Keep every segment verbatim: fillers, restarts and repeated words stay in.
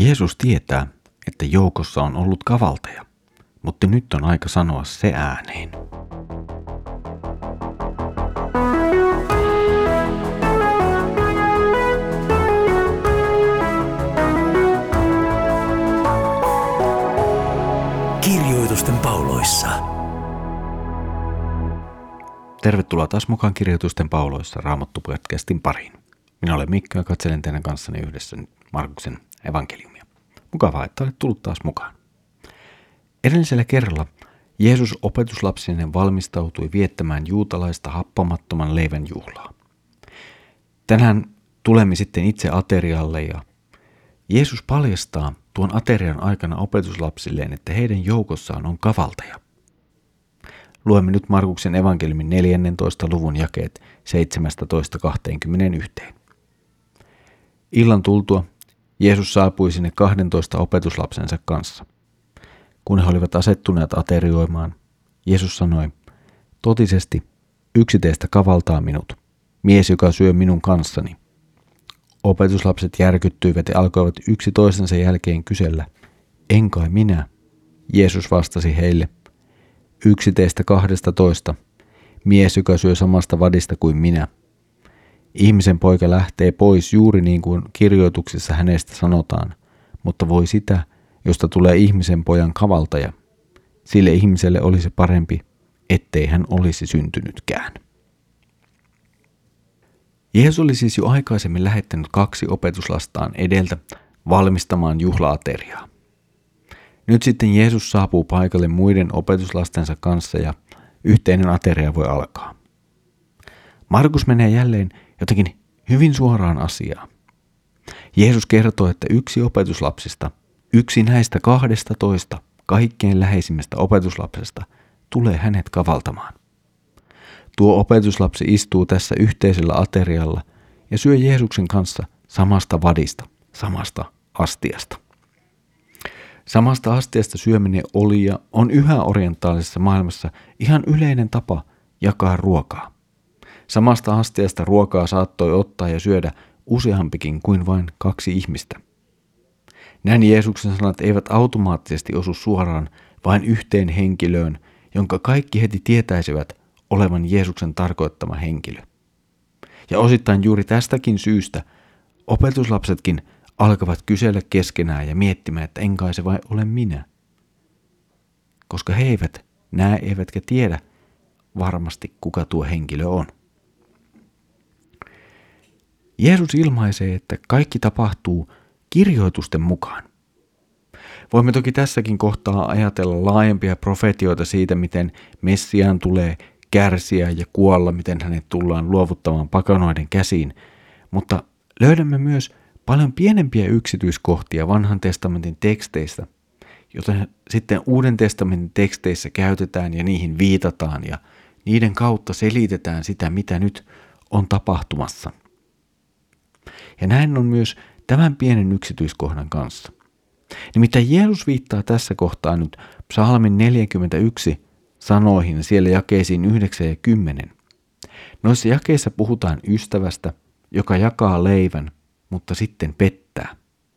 Jeesus tietää, että joukossa on ollut kavaltaja, mutta nyt on aika sanoa se ääneen. Kirjoitusten pauloissa. Tervetuloa taas mukaan Kirjoitusten pauloissa Raamattu-podcastin pariin. Minä olen Mikko ja katselen teidän kanssani yhdessä Markuksen evankeliumia. Mukavaa, että olet tullut taas mukaan. Edellisellä kerralla Jeesus opetuslapsineen valmistautui viettämään juutalaista happamattoman leivän juhlaa. Tänään tulemme sitten itse aterialle ja Jeesus paljastaa tuon aterian aikana opetuslapsilleen, että heidän joukossaan on kavaltaja. Luemme nyt Markuksen evankeliumin neljännentoista luvun jakeet seitsemästoista kaksikymmentäyksi. Illan tultua Jeesus saapui sinne kahdentoista opetuslapsensa kanssa. Kun he olivat asettuneet aterioimaan, Jeesus sanoi, totisesti yksi teistä kavaltaa minut, mies joka syö minun kanssani. Opetuslapset järkyttyivät ja alkoivat yksi toisensa jälkeen kysellä, en kai minä? Jeesus vastasi heille, yksi teistä kahdesta toista, mies joka syö samasta vadista kuin minä. Ihmisen poika lähtee pois juuri niin kuin kirjoituksissa hänestä sanotaan, mutta voi sitä, josta tulee ihmisen pojan kavaltaja. Sille ihmiselle olisi parempi, ettei hän olisi syntynytkään. Jeesus oli siis jo aikaisemmin lähettänyt kaksi opetuslastaan edeltä valmistamaan juhlaateriaa. Nyt sitten Jeesus saapuu paikalle muiden opetuslastensa kanssa ja yhteinen ateria voi alkaa. Markus menee jälleen jotenkin hyvin suoraan asiaan. Jeesus kertoo, että yksi opetuslapsista, yksi näistä kahdesta toista, kaikkein läheisimmistä opetuslapsesta, tulee hänet kavaltamaan. Tuo opetuslapsi istuu tässä yhteisellä aterialla ja syö Jeesuksen kanssa samasta vadista, samasta astiasta. Samasta astiasta syöminen oli ja on yhä orientaalisessa maailmassa ihan yleinen tapa jakaa ruokaa. Samasta astiasta ruokaa saattoi ottaa ja syödä useampikin kuin vain kaksi ihmistä. Näin Jeesuksen sanat eivät automaattisesti osu suoraan vain yhteen henkilöön, jonka kaikki heti tietäisivät olevan Jeesuksen tarkoittama henkilö. Ja osittain juuri tästäkin syystä opetuslapsetkin alkavat kysellä keskenään ja miettimään, että en kai se vai ole minä. Koska he eivät näe eivätkä tiedä varmasti, kuka tuo henkilö on. Jeesus ilmaisee, että kaikki tapahtuu kirjoitusten mukaan. Voimme toki tässäkin kohtaa ajatella laajempia profetioita siitä, miten Messiaan tulee kärsiä ja kuolla, miten hänet tullaan luovuttamaan pakanoiden käsiin, mutta löydämme myös paljon pienempiä yksityiskohtia vanhan testamentin teksteistä, joita sitten uuden testamentin teksteissä käytetään ja niihin viitataan ja niiden kautta selitetään sitä, mitä nyt on tapahtumassa. Ja näin on myös tämän pienen yksityiskohdan kanssa. Nimittäin Jeesus viittaa tässä kohtaa nyt psalmin neljäkymmentäyksi sanoihin siellä jakeisiin yhdeksän ja kymmenen. Noissa jakeissa puhutaan ystävästä, joka jakaa leivän, mutta sitten pettää.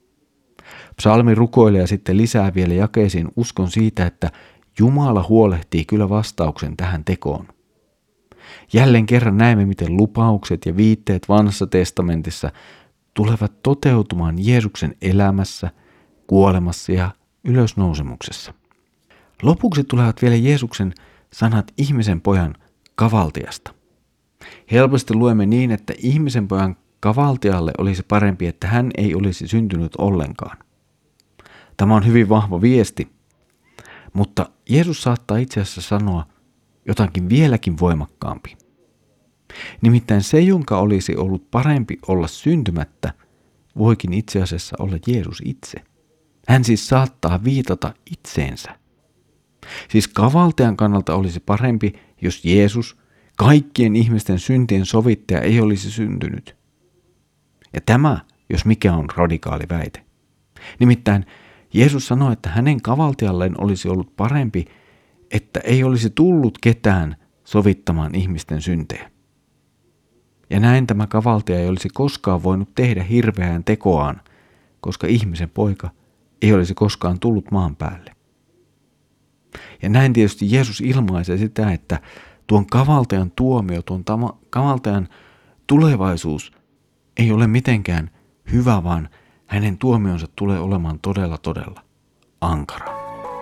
Psalmi rukoilee sitten lisää vielä jakeisiin uskon siitä, että Jumala huolehtii kyllä vastauksen tähän tekoon. Jälleen kerran näemme, miten lupaukset ja viitteet vanhassa testamentissa tulevat toteutumaan Jeesuksen elämässä, kuolemassa ja ylösnousemuksessa. Lopuksi tulevat vielä Jeesuksen sanat ihmisen pojan kavaltiasta. Helposti luemme niin, että ihmisen pojan kavaltialle olisi parempi, että hän ei olisi syntynyt ollenkaan. Tämä on hyvin vahva viesti, mutta Jeesus saattaa itse asiassa sanoa jotakin vieläkin voimakkaampi. Nimittäin se, jonka olisi ollut parempi olla syntymättä, voikin itse asiassa olla Jeesus itse. Hän siis saattaa viitata itseensä. Siis kavaltajan kannalta olisi parempi, jos Jeesus, kaikkien ihmisten syntien sovittaja, ei olisi syntynyt. Ja tämä, jos mikä on radikaali väite. Nimittäin Jeesus sanoi, että hänen kavaltajalleen olisi ollut parempi, että ei olisi tullut ketään sovittamaan ihmisten syntejä. Ja näin tämä kavaltaja ei olisi koskaan voinut tehdä hirveään tekoaan, koska ihmisen poika ei olisi koskaan tullut maan päälle. Ja näin tietysti Jeesus ilmaisee sitä, että tuon kavaltajan tuomio, tuon tama, kavaltajan tulevaisuus ei ole mitenkään hyvä, vaan hänen tuomionsa tulee olemaan todella, todella ankara.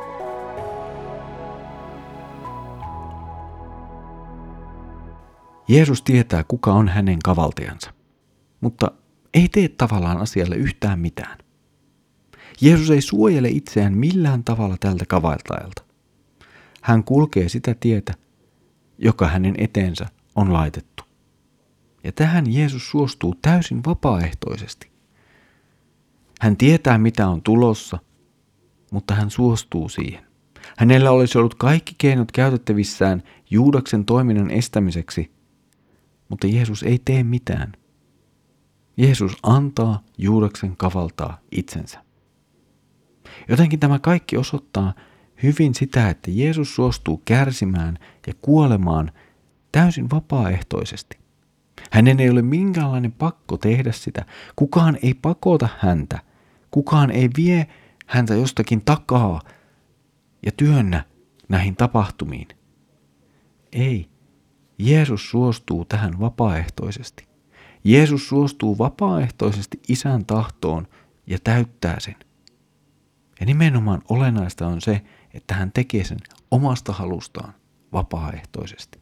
Jeesus tietää, kuka on hänen kavaltajansa, mutta ei tee tavallaan asialle yhtään mitään. Jeesus ei suojele itseään millään tavalla tältä kavaltajalta. Hän kulkee sitä tietä, joka hänen eteensä on laitettu. Ja tähän Jeesus suostuu täysin vapaaehtoisesti. Hän tietää, mitä on tulossa, mutta hän suostuu siihen. Hänellä olisi ollut kaikki keinot käytettävissään Juudaksen toiminnan estämiseksi, mutta Jeesus ei tee mitään. Jeesus antaa Juudaksen kavaltaa itsensä. Jotenkin tämä kaikki osoittaa hyvin sitä, että Jeesus suostuu kärsimään ja kuolemaan täysin vapaaehtoisesti. Hänen ei ole minkäänlainen pakko tehdä sitä. Kukaan ei pakota häntä. Kukaan ei vie häntä jostakin takaa ja työnnä näihin tapahtumiin. Ei. Jeesus suostuu tähän vapaaehtoisesti. Jeesus suostuu vapaaehtoisesti Isän tahtoon ja täyttää sen. Ja nimenomaan olennaista on se, että hän tekee sen omasta halustaan vapaaehtoisesti.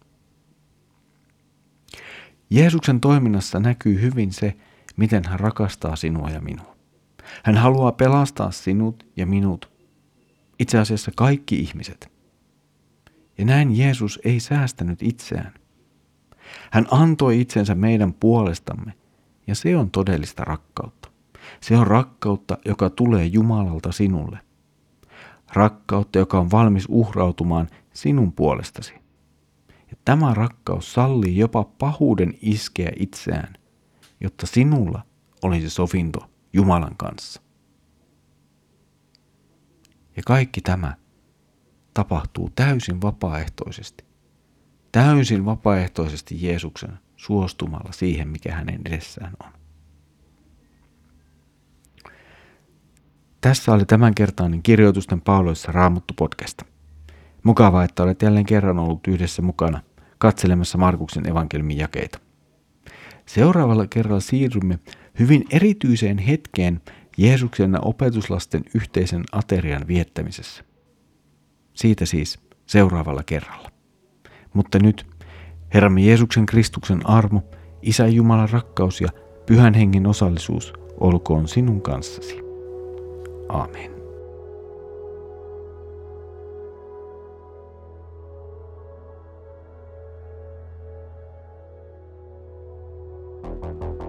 Jeesuksen toiminnassa näkyy hyvin se, miten hän rakastaa sinua ja minua. Hän haluaa pelastaa sinut ja minut, itse asiassa kaikki ihmiset. Ja näin Jeesus ei säästänyt itseään. Hän antoi itsensä meidän puolestamme, ja se on todellista rakkautta. Se on rakkautta, joka tulee Jumalalta sinulle. Rakkautta, joka on valmis uhrautumaan sinun puolestasi. Ja tämä rakkaus sallii jopa pahuuden iskeä itseään, jotta sinulla olisi sovinto Jumalan kanssa. Ja kaikki tämä tapahtuu täysin vapaaehtoisesti. Täysin vapaaehtoisesti Jeesuksen suostumalla siihen, mikä hänen edessään on. Tässä oli tämänkertainen Kirjoitusten pauloissa Raamattu podcast. Mukavaa, että olet jälleen kerran ollut yhdessä mukana katselemassa Markuksen evankeliumin jakeita. Seuraavalla kerralla siirrymme hyvin erityiseen hetkeen Jeesuksen ja opetuslasten yhteisen aterian viettämisessä. Siitä siis seuraavalla kerralla. Mutta nyt Herramme Jeesuksen Kristuksen armo, Isän Jumalan rakkaus ja Pyhän Hengen osallisuus olkoon sinun kanssasi. Aamen. Thank you.